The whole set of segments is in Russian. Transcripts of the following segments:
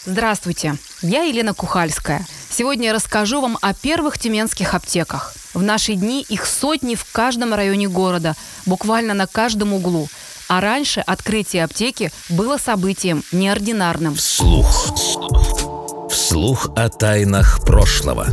Здравствуйте, я Елена Кухальская. Сегодня я расскажу вам о первых тюменских аптеках. В наши дни их сотни в каждом районе города, буквально на каждом углу. А раньше открытие аптеки было событием неординарным. Вслух о тайнах прошлого.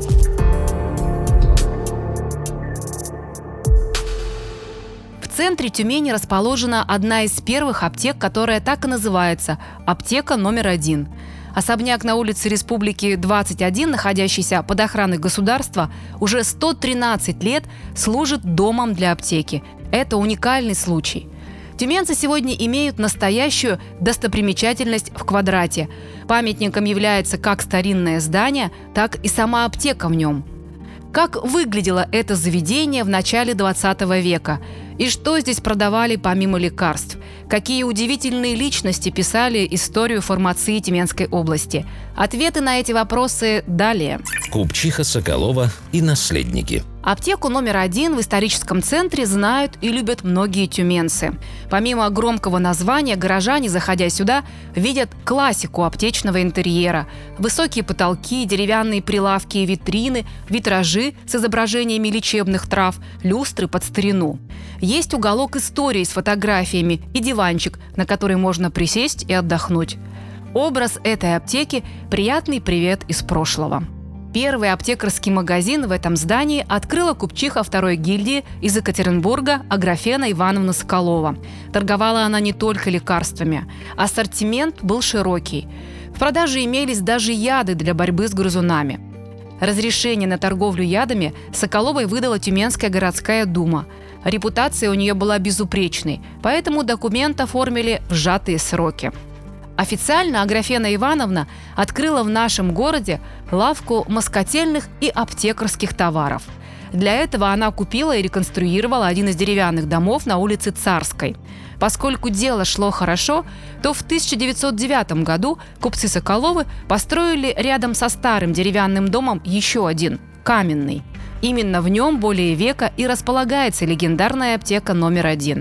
В центре Тюмени расположена одна из первых аптек, которая так и называется – аптека номер 1. Особняк на улице Республики 21, находящийся под охраной государства, уже 113 лет служит домом для аптеки. Это уникальный случай. Тюменцы сегодня имеют настоящую достопримечательность в квадрате. Памятником является как старинное здание, так и сама аптека в нем. Как выглядело это заведение в начале 20 века? И что здесь продавали помимо лекарств? Какие удивительные личности писали историю фармации Тюменской области? Ответы на эти вопросы далее. Купчиха Соколова и наследники. Аптеку номер 1 в историческом центре знают и любят многие тюменцы. Помимо громкого названия, горожане, заходя сюда, видят классику аптечного интерьера. Высокие потолки, деревянные прилавки и витрины, витражи с изображениями лечебных трав, люстры под старину. Есть уголок истории с фотографиями и диванчик, на который можно присесть и отдохнуть. Образ этой аптеки – приятный привет из прошлого. Первый аптекарский магазин в этом здании открыла купчиха второй гильдии из Екатеринбурга Аграфена Ивановна Соколова. Торговала она не только лекарствами. Ассортимент был широкий. В продаже имелись даже яды для борьбы с грызунами. Разрешение на торговлю ядами Соколовой выдала Тюменская городская дума. Репутация у нее была безупречной, поэтому документ оформили в сжатые сроки. Официально Аграфена Ивановна открыла в нашем городе лавку москотельных и аптекарских товаров. Для этого она купила и реконструировала один из деревянных домов на улице Царской. Поскольку дело шло хорошо, то в 1909 году купцы Соколовы построили рядом со старым деревянным домом еще один – каменный. Именно в нем более века и располагается легендарная аптека номер 1.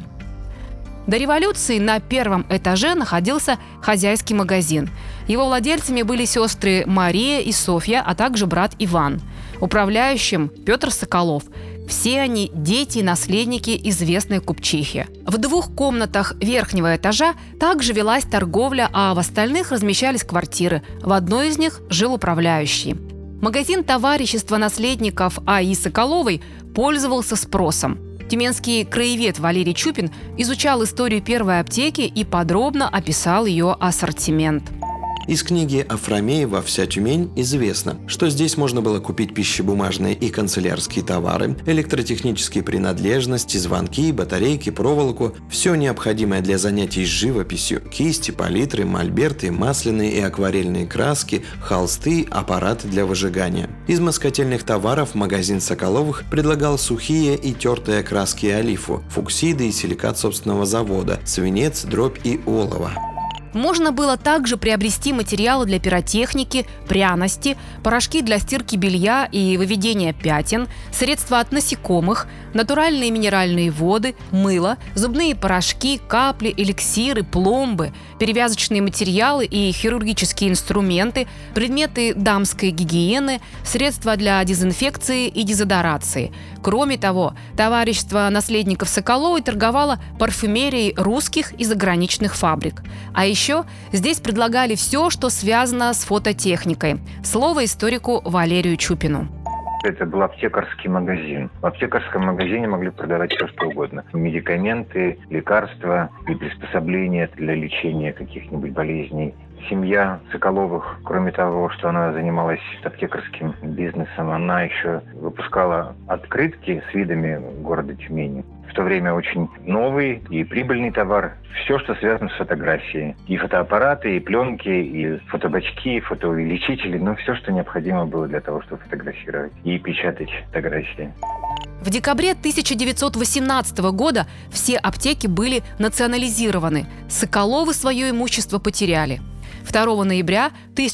До революции на первом этаже находился хозяйский магазин. Его владельцами были сестры Мария и Софья, а также брат Иван. Управляющим Петр Соколов. Все они дети и наследники известной купчихи. В 2 комнатах верхнего этажа также велась торговля, а в остальных размещались квартиры. В одной из них жил управляющий. Магазин товарищества наследников А.И. Соколовой пользовался спросом. Тюменский краевед Валерий Чупин изучал историю первой аптеки и подробно описал ее ассортимент. Из книги Афромеева «Вся Тюмень» известно, что здесь можно было купить пищебумажные и канцелярские товары, электротехнические принадлежности, звонки, батарейки, проволоку, все необходимое для занятий с живописью, кисти, палитры, мольберты, масляные и акварельные краски, холсты, аппараты для выжигания. Из москотельных товаров магазин Соколовых предлагал сухие и тертые краски олифу, фуксиды и силикат собственного завода, свинец, дробь и олово. Можно было также приобрести материалы для пиротехники, пряности, порошки для стирки белья и выведения пятен, средства от насекомых, натуральные минеральные воды, мыло, зубные порошки, капли, эликсиры, пломбы, перевязочные материалы и хирургические инструменты, предметы дамской гигиены, средства для дезинфекции и дезодорации. Кроме того, товарищество наследников Соколовой торговало парфюмерией русских и заграничных фабрик. А еще здесь предлагали все, что связано с фототехникой. Слово историку Валерию Чупину. Это был аптекарский магазин. В аптекарском магазине могли продавать все, что угодно. Медикаменты, лекарства и приспособления для лечения каких-нибудь болезней. Семья Соколовых, кроме того, что она занималась аптекарским бизнесом, она еще выпускала открытки с видами города Тюмени. В то время очень новый и прибыльный товар. Все, что связано с фотографией. И фотоаппараты, и пленки, и фотобачки, и фотоувеличители. Все, что необходимо было для того, чтобы фотографировать и печатать фотографии. В декабре 1918 года все аптеки были национализированы. Соколовы свое имущество потеряли. 2 ноября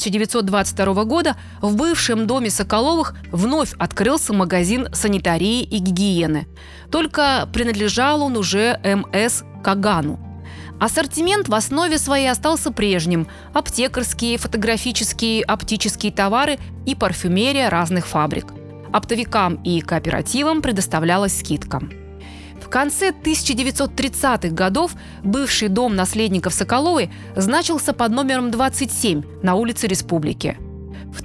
1922 года в бывшем доме Соколовых вновь открылся магазин санитарии и гигиены. Только принадлежал он уже М.С. Кагану. Ассортимент в основе своей остался прежним – аптекарские, фотографические, оптические товары и парфюмерия разных фабрик. Оптовикам и кооперативам предоставлялась скидка. В конце 1930-х годов бывший дом наследников Соколовой значился под номером 27 на улице Республики. В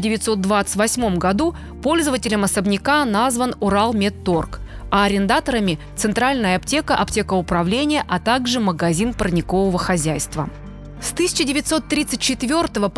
1928 году пользователем особняка назван Уралмедторг, а арендаторами – Центральная аптека, аптека управления, а также магазин парникового хозяйства. С 1934 по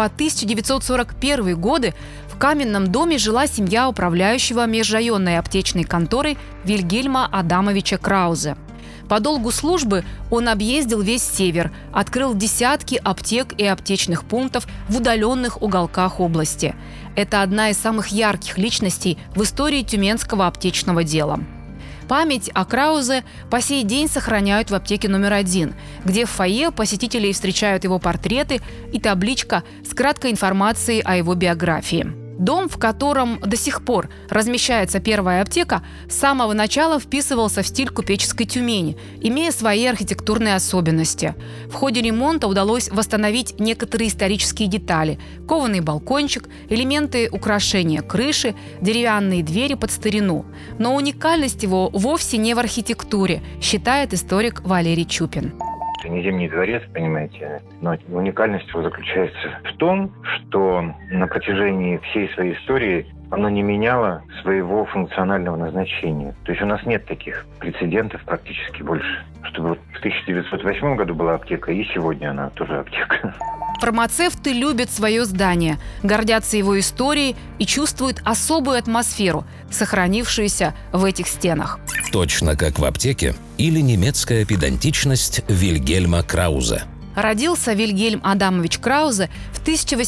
1941 годы в каменном доме жила семья управляющего межрайонной аптечной конторой Вильгельма Адамовича Краузе. По долгу службы он объездил весь север, открыл десятки аптек и аптечных пунктов в удаленных уголках области. Это одна из самых ярких личностей в истории тюменского аптечного дела. Память о Краузе по сей день сохраняют в аптеке номер 1, где в фойе посетителей встречают его портреты и табличка с краткой информацией о его биографии. Дом, в котором до сих пор размещается первая аптека, с самого начала вписывался в стиль купеческой Тюмени, имея свои архитектурные особенности. В ходе ремонта удалось восстановить некоторые исторические детали – кованый балкончик, элементы украшения крыши, деревянные двери под старину. Но уникальность его вовсе не в архитектуре, считает историк Валерий Чупин. Это не Зимний дворец, понимаете, но уникальность его заключается в том, что на протяжении всей своей истории оно не меняло своего функционального назначения. То есть у нас нет таких прецедентов практически больше. Чтобы вот в 1908 году была аптека, и сегодня она тоже аптека. Фармацевты любят свое здание, гордятся его историей и чувствуют особую атмосферу, сохранившуюся в этих стенах. Точно как в аптеке или немецкая педантичность Вильгельма Крауза. Родился Вильгельм Адамович Краузе в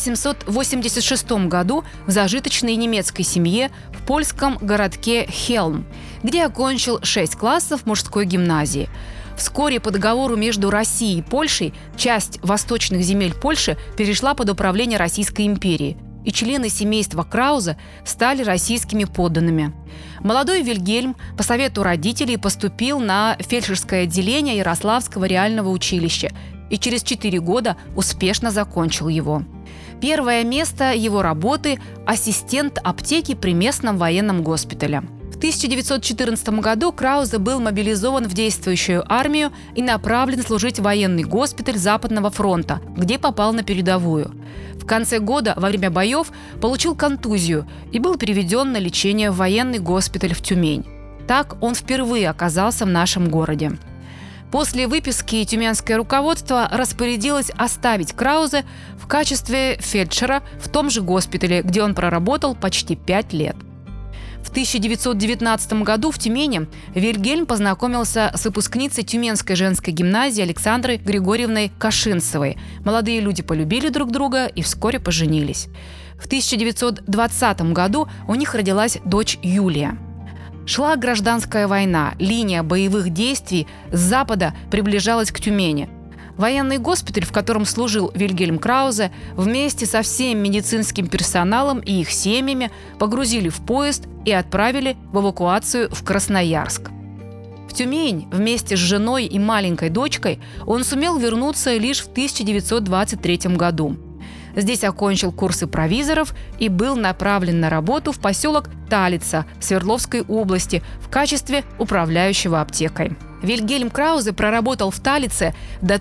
1886 году в зажиточной немецкой семье в польском городке Хельм, где окончил 6 классов мужской гимназии. Вскоре по договору между Россией и Польшей часть восточных земель Польши перешла под управление Российской империи, и члены семейства Краузе стали российскими подданными. Молодой Вильгельм по совету родителей поступил на фельдшерское отделение Ярославского реального училища и через 4 года успешно закончил его. Первое место его работы – ассистент аптеки при местном военном госпитале. В 1914 году Краузе был мобилизован в действующую армию и направлен служить в военный госпиталь Западного фронта, где попал на передовую. В конце года во время боев получил контузию и был переведен на лечение в военный госпиталь в Тюмень. Так он впервые оказался в нашем городе. После выписки тюменское руководство распорядилось оставить Краузе в качестве фельдшера в том же госпитале, где он проработал почти 5 лет. В 1919 году в Тюмени Вильгельм познакомился с выпускницей Тюменской женской гимназии Александрой Григорьевной Кашинцевой. Молодые люди полюбили друг друга и вскоре поженились. В 1920 году у них родилась дочь Юлия. Шла гражданская война, линия боевых действий с запада приближалась к Тюмени. Военный госпиталь, в котором служил Вильгельм Краузе, вместе со всем медицинским персоналом и их семьями погрузили в поезд и отправили в эвакуацию в Красноярск. В Тюмень вместе с женой и маленькой дочкой он сумел вернуться лишь в 1923 году. Здесь окончил курсы провизоров и был направлен на работу в поселок Талица Свердловской области в качестве управляющего аптекой. Вильгельм Краузе проработал в Талице до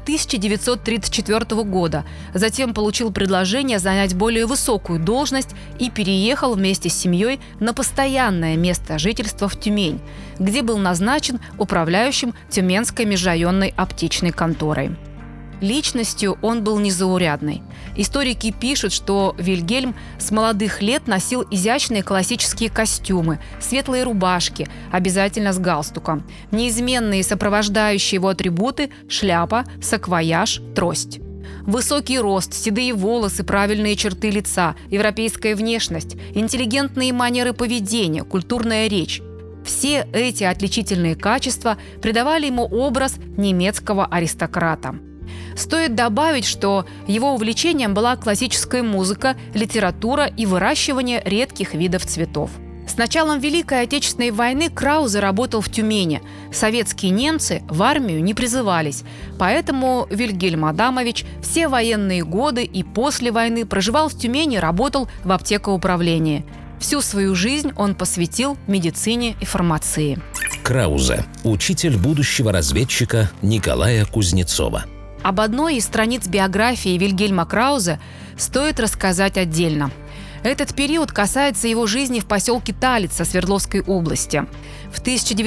1934 года, затем получил предложение занять более высокую должность и переехал вместе с семьей на постоянное место жительства в Тюмень, где был назначен управляющим Тюменской межрайонной аптечной конторой. Личностью он был незаурядной. Историки пишут, что Вильгельм с молодых лет носил изящные классические костюмы, светлые рубашки, обязательно с галстуком. Неизменные сопровождающие его атрибуты – шляпа, саквояж, трость. Высокий рост, седые волосы, правильные черты лица, европейская внешность, интеллигентные манеры поведения, культурная речь. Все эти отличительные качества придавали ему образ немецкого аристократа. Стоит добавить, что его увлечением была классическая музыка, литература и выращивание редких видов цветов. С началом Великой Отечественной войны Краузе работал в Тюмени. Советские немцы в армию не призывались, поэтому Вильгельм Адамович все военные годы и после войны проживал в Тюмени и работал в аптекоуправлении. Всю свою жизнь он посвятил медицине и фармации. Краузе – учитель будущего разведчика Николая Кузнецова. Об одной из страниц биографии Вильгельма Краузе стоит рассказать отдельно. Этот период касается его жизни в поселке Талица Свердловской области. В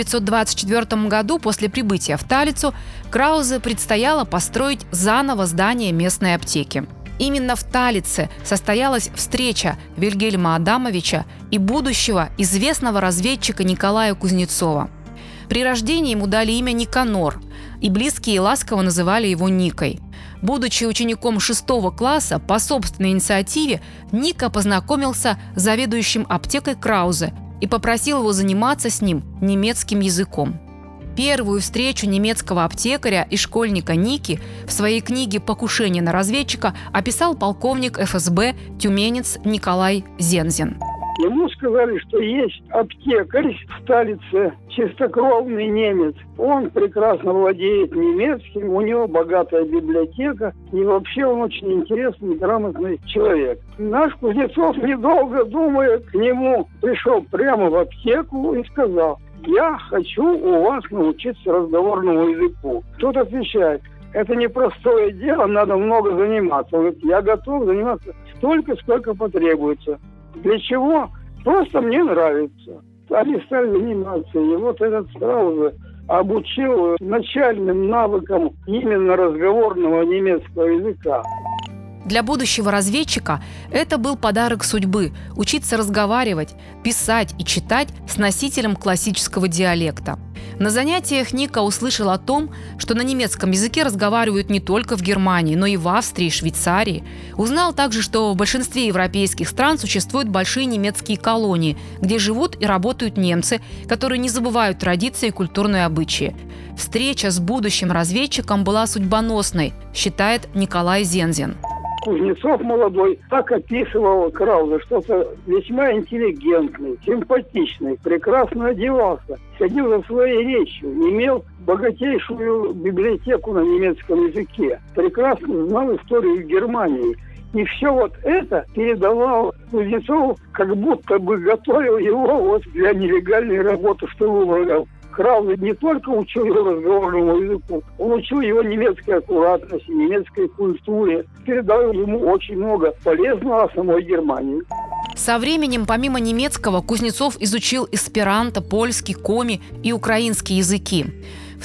1924 году после прибытия в Талицу Краузе предстояло построить заново здание местной аптеки. Именно в Талице состоялась встреча Вильгельма Адамовича и будущего известного разведчика Николая Кузнецова. При рождении ему дали имя Никанор, и близкие ласково называли его Никой. Будучи учеником 6 класса, по собственной инициативе Ника познакомился с заведующим аптекой Краузе и попросил его заниматься с ним немецким языком. Первую встречу немецкого аптекаря и школьника Ники в своей книге «Покушение на разведчика» описал полковник ФСБ тюменец Николай Зензин. Ему сказали, что есть аптекарь в Талице, чистокровный немец. Он прекрасно владеет немецким, у него богатая библиотека, и вообще он очень интересный, грамотный человек. Наш Кузнецов, недолго думая, к нему пришел прямо в аптеку и сказал: «Я хочу у вас научиться разговорному языку». Тот отвечает: «Это непростое дело, надо много заниматься». Он говорит: «Я готов заниматься столько, сколько потребуется». Для чего? Просто мне нравится. Они стали заниматься. И вот этот Краузе обучил начальным навыкам именно разговорного немецкого языка. Для будущего разведчика это был подарок судьбы – учиться разговаривать, писать и читать с носителем классического диалекта. На занятиях Ника услышал о том, что на немецком языке разговаривают не только в Германии, но и в Австрии, Швейцарии. Узнал также, что в большинстве европейских стран существуют большие немецкие колонии, где живут и работают немцы, которые не забывают традиции и культурные обычаи. Встреча с будущим разведчиком была судьбоносной, считает Николай Зензин. Кузнецов молодой так описывал Краузе, что-то весьма интеллигентный, симпатичный, прекрасно одевался, ходил за своей речью, имел богатейшую библиотеку на немецком языке, прекрасно знал историю Германии. И все вот это передавал Кузнецову, как будто бы готовил его вот для нелегальной работы в тылу врага. Краузе не только учил его разговорному языку, он учил его немецкой аккуратности, немецкой культуре, передал ему очень много полезного о самой Германии. Со временем, помимо немецкого, Кузнецов изучил эсперанто, польский, коми и украинский языки. В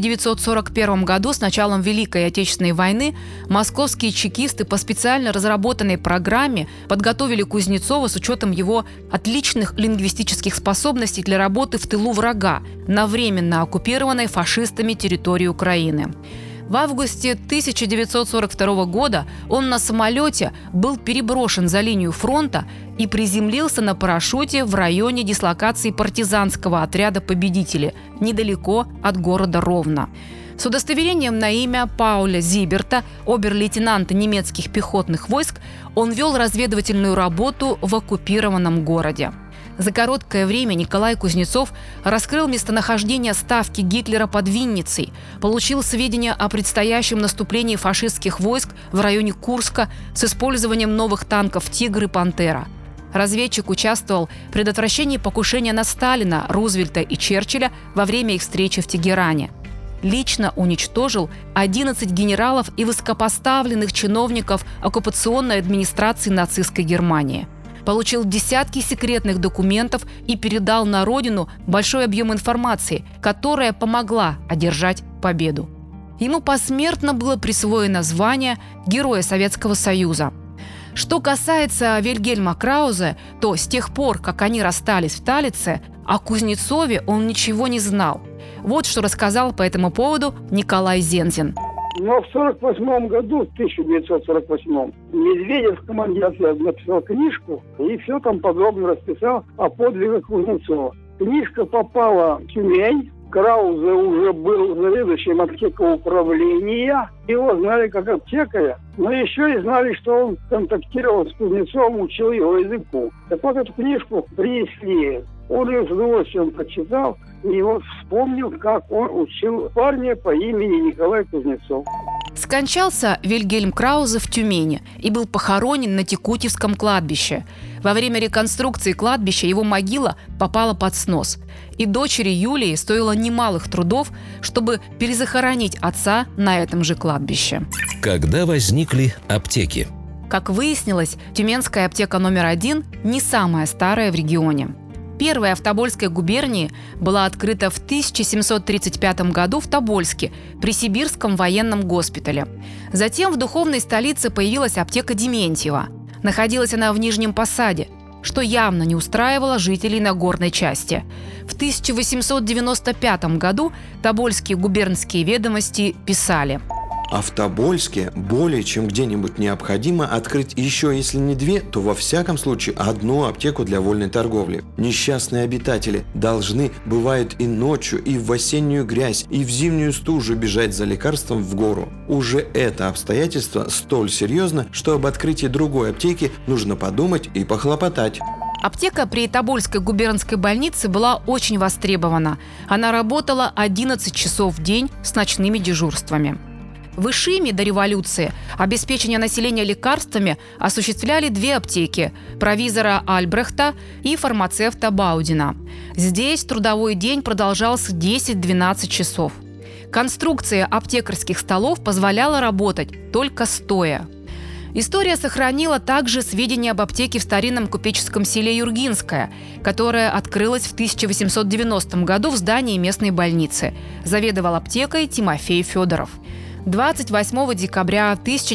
1941 году, с началом Великой Отечественной войны, московские чекисты по специально разработанной программе подготовили Кузнецова с учетом его отличных лингвистических способностей для работы в тылу врага на временно оккупированной фашистами территории Украины. В августе 1942 года он на самолете был переброшен за линию фронта и приземлился на парашюте в районе дислокации партизанского отряда «Победители» недалеко от города Ровно. С удостоверением на имя Пауля Зиберта, обер-лейтенанта немецких пехотных войск, он вел разведывательную работу в оккупированном городе. За короткое время Николай Кузнецов раскрыл местонахождение ставки Гитлера под Винницей, получил сведения о предстоящем наступлении фашистских войск в районе Курска с использованием новых танков «Тигр» и «Пантера». Разведчик участвовал в предотвращении покушения на Сталина, Рузвельта и Черчилля во время их встречи в Тегеране. Лично уничтожил 11 генералов и высокопоставленных чиновников оккупационной администрации нацистской Германии. Получил десятки секретных документов и передал на родину большой объем информации, которая помогла одержать победу. Ему посмертно было присвоено звание Героя Советского Союза. Что касается Вильгельма Краузе, то с тех пор, как они расстались в Талице, о Кузнецове он ничего не знал. Вот что рассказал по этому поводу Николай Зензин. Но в 1948 Медведев, командир отряда, написал книжку и все там подробно расписал о подвигах Кузнецова. Книжка попала в Тюмень, Краузе уже был заведующим аптекой управления. Его знали как аптекаря, но еще и знали, что он контактировал с кузнецом, учил его языку. Так вот, эту книжку принесли. Он ее с удовольствием прочитал и вот вспомнил, как он учил парня по имени Николай Кузнецов. Скончался Вильгельм Краузе в Тюмени и был похоронен на Текутевском кладбище. Во время реконструкции кладбища его могила попала под снос. И дочери Юлии стоило немалых трудов, чтобы перезахоронить отца на этом же кладбище. Когда возникли аптеки? Как выяснилось, Тюменская аптека номер 1 не самая старая в регионе. Первая в Тобольской губернии была открыта в 1735 году в Тобольске при Сибирском военном госпитале. Затем в духовной столице появилась аптека Дементьева. Находилась она в Нижнем Посаде, что явно не устраивало жителей Нагорной части. В 1895 году тобольские губернские ведомости писали: А в Тобольске более чем где-нибудь необходимо открыть еще, если не 2, то во всяком случае 1 аптеку для вольной торговли. Несчастные обитатели должны, бывает, и ночью, и в осеннюю грязь, и в зимнюю стужу бежать за лекарством в гору. Уже это обстоятельство столь серьезно, что об открытии другой аптеки нужно подумать и похлопотать. Аптека при Тобольской губернской больнице была очень востребована. Она работала 11 часов в день с ночными дежурствами. В Ишиме до революции обеспечение населения лекарствами осуществляли 2 аптеки – провизора Альбрехта и фармацевта Баудина. Здесь трудовой день продолжался 10-12 часов. Конструкция аптекарских столов позволяла работать только стоя. История сохранила также сведения об аптеке в старинном купеческом селе Юргинское, которое открылось в 1890 году в здании местной больницы. Заведовал аптекой Тимофей Федоров. 28 декабря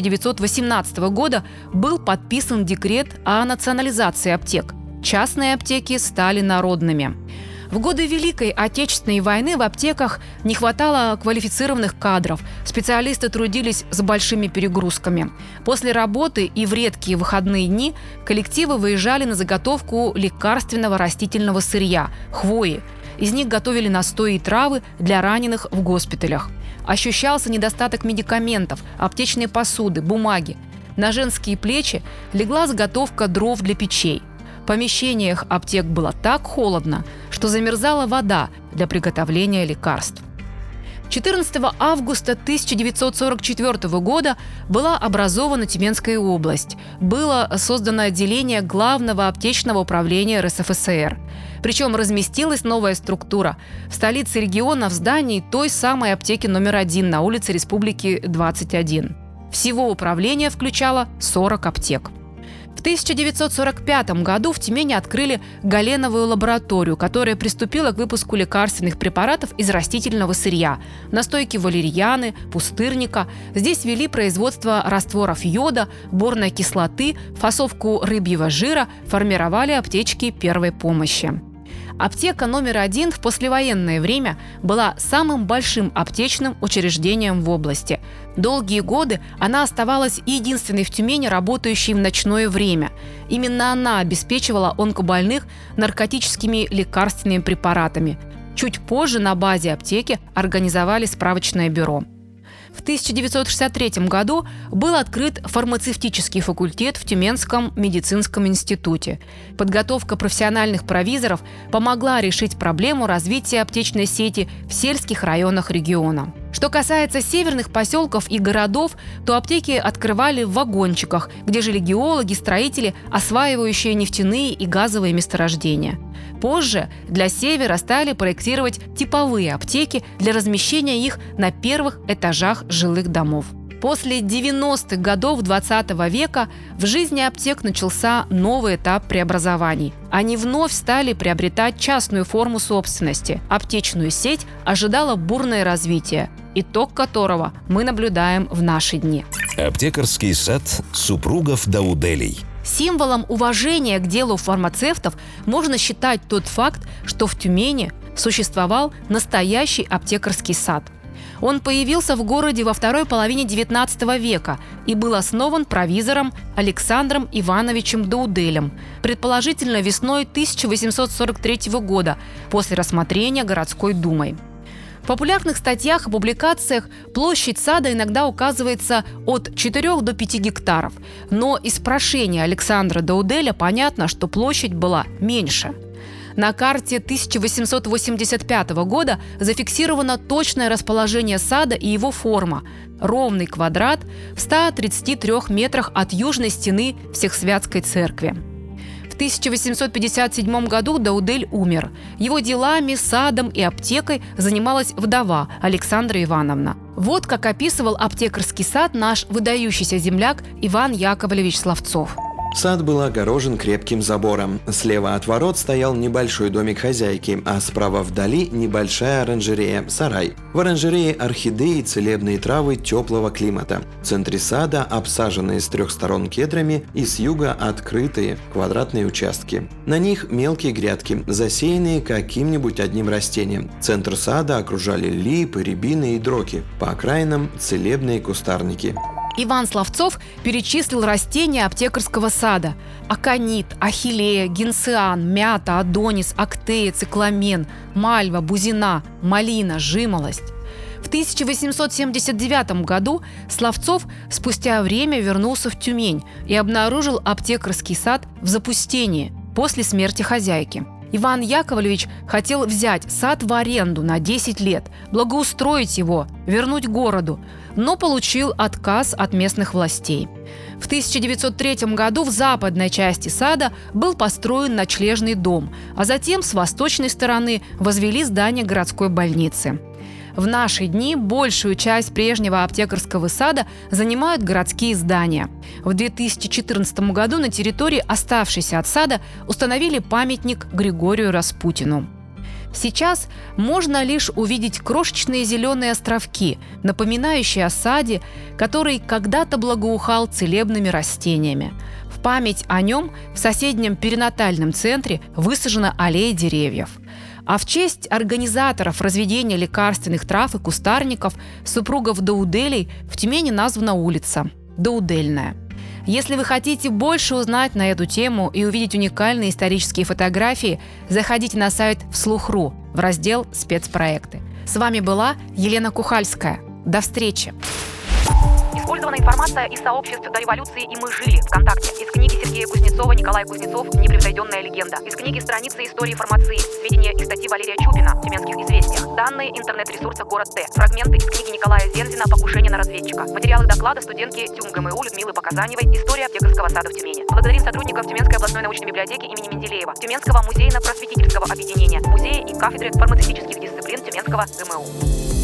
1918 года был подписан декрет о национализации аптек. Частные аптеки стали народными. В годы Великой Отечественной войны в аптеках не хватало квалифицированных кадров, специалисты трудились с большими перегрузками. После работы и в редкие выходные дни коллективы выезжали на заготовку лекарственного растительного сырья – хвои. Из них готовили настои и травы для раненых в госпиталях. Ощущался недостаток медикаментов, аптечной посуды, бумаги. На женские плечи легла заготовка дров для печей. В помещениях аптек было так холодно, что замерзала вода для приготовления лекарств. 14 августа 1944 года была образована Тюменская область. Было создано отделение Главного аптечного управления РСФСР. Причем разместилась новая структура в столице региона в здании той самой аптеки номер 1 на улице Республики 21. Всего управление включало 40 аптек. В 1945 году в Тюмени открыли галеновую лабораторию, которая приступила к выпуску лекарственных препаратов из растительного сырья – настойки валерьяны, пустырника. Здесь вели производство растворов йода, борной кислоты, фасовку рыбьего жира, формировали аптечки первой помощи. Аптека номер 1 в послевоенное время была самым большим аптечным учреждением в области. Долгие годы она оставалась единственной в Тюмени, работающей в ночное время. Именно она обеспечивала онкобольных наркотическими лекарственными препаратами. Чуть позже на базе аптеки организовали справочное бюро. В 1963 году был открыт фармацевтический факультет в Тюменском медицинском институте. Подготовка профессиональных провизоров помогла решить проблему развития аптечной сети в сельских районах региона. Что касается северных поселков и городов, то аптеки открывали в вагончиках, где жили геологи, строители, осваивающие нефтяные и газовые месторождения. Позже для севера стали проектировать типовые аптеки для размещения их на первых этажах жилых домов. После 90-х годов 20 века в жизни аптек начался новый этап преобразований. Они вновь стали приобретать частную форму собственности. Аптечную сеть ожидало бурное развитие, итог которого мы наблюдаем в наши дни. Аптекарский сад супругов Дауделей. Символом уважения к делу фармацевтов можно считать тот факт, что в Тюмени существовал настоящий аптекарский сад. Он появился в городе во второй половине XIX века и был основан провизором Александром Ивановичем Дауделем, предположительно весной 1843 года после рассмотрения городской думой. В популярных статьях и публикациях площадь сада иногда указывается от 4 до 5 гектаров, но из прошения Александра Дауделя понятно, что площадь была меньше. На карте 1885 года зафиксировано точное расположение сада и его форма – ровный квадрат в 133 метрах от южной стены Всехсвятской церкви. В 1857 году Даудель умер. Его делами, садом и аптекой занималась вдова Александра Ивановна. Вот как описывал аптекарский сад наш выдающийся земляк Иван Яковлевич Славцов. Сад был огорожен крепким забором. Слева от ворот стоял небольшой домик хозяйки, а справа вдали небольшая оранжерея – сарай. В оранжерее орхидеи и целебные травы теплого климата. В центре сада обсаженные с 3 сторон кедрами и с юга открытые квадратные участки. На них мелкие грядки, засеянные каким-нибудь одним растением. Центр сада окружали липы, рябины и дроки. По окраинам – целебные кустарники. Иван Славцов перечислил растения аптекарского сада: аконит, ахиллея, генциан, мята, адонис, актея, цикламен, мальва, бузина, малина, жимолость. В 1879 году Славцов спустя время вернулся в Тюмень и обнаружил аптекарский сад в запустении после смерти хозяйки. Иван Яковлевич хотел взять сад в аренду на 10 лет, благоустроить его, вернуть городу, но получил отказ от местных властей. В 1903 году в западной части сада был построен ночлежный дом, а затем с восточной стороны возвели здание городской больницы. В наши дни большую часть прежнего аптекарского сада занимают городские здания. В 2014 году на территории, оставшейся от сада, установили памятник Григорию Распутину. Сейчас можно лишь увидеть крошечные зеленые островки, напоминающие о саде, который когда-то благоухал целебными растениями. В память о нем в соседнем перинатальном центре высажена аллея деревьев. А в честь организаторов разведения лекарственных трав и кустарников супругов Дауделей в Тюмени названа улица – Даудельная. Если вы хотите больше узнать на эту тему и увидеть уникальные исторические фотографии, заходите на сайт Вслух.ру в раздел «Спецпроекты». С вами была Елена Кухальская. До встречи! Использована информация из сообществ до революции «И мы жили» ВКонтакте. Из книги Сергея Кузнецова «Николай Кузнецов. Непревзойденная легенда». Из книги «Страницы истории фармации». Сведения из статьи Валерия Чупина в «Тюменских известиях». Данные интернет-ресурса «Город Т». Фрагменты из книги Николая Зензина «Покушение на разведчика». Материалы доклада студентки ТюмГМУ Людмилы Показаневой «История аптекарского сада в Тюмени». Благодарим сотрудников Тюменской областной научной библиотеки имени Менделеева, Тюменского музейно-просветительского объединения, музея и кафедры фармацевтических дисциплин Тюменского ГМУ.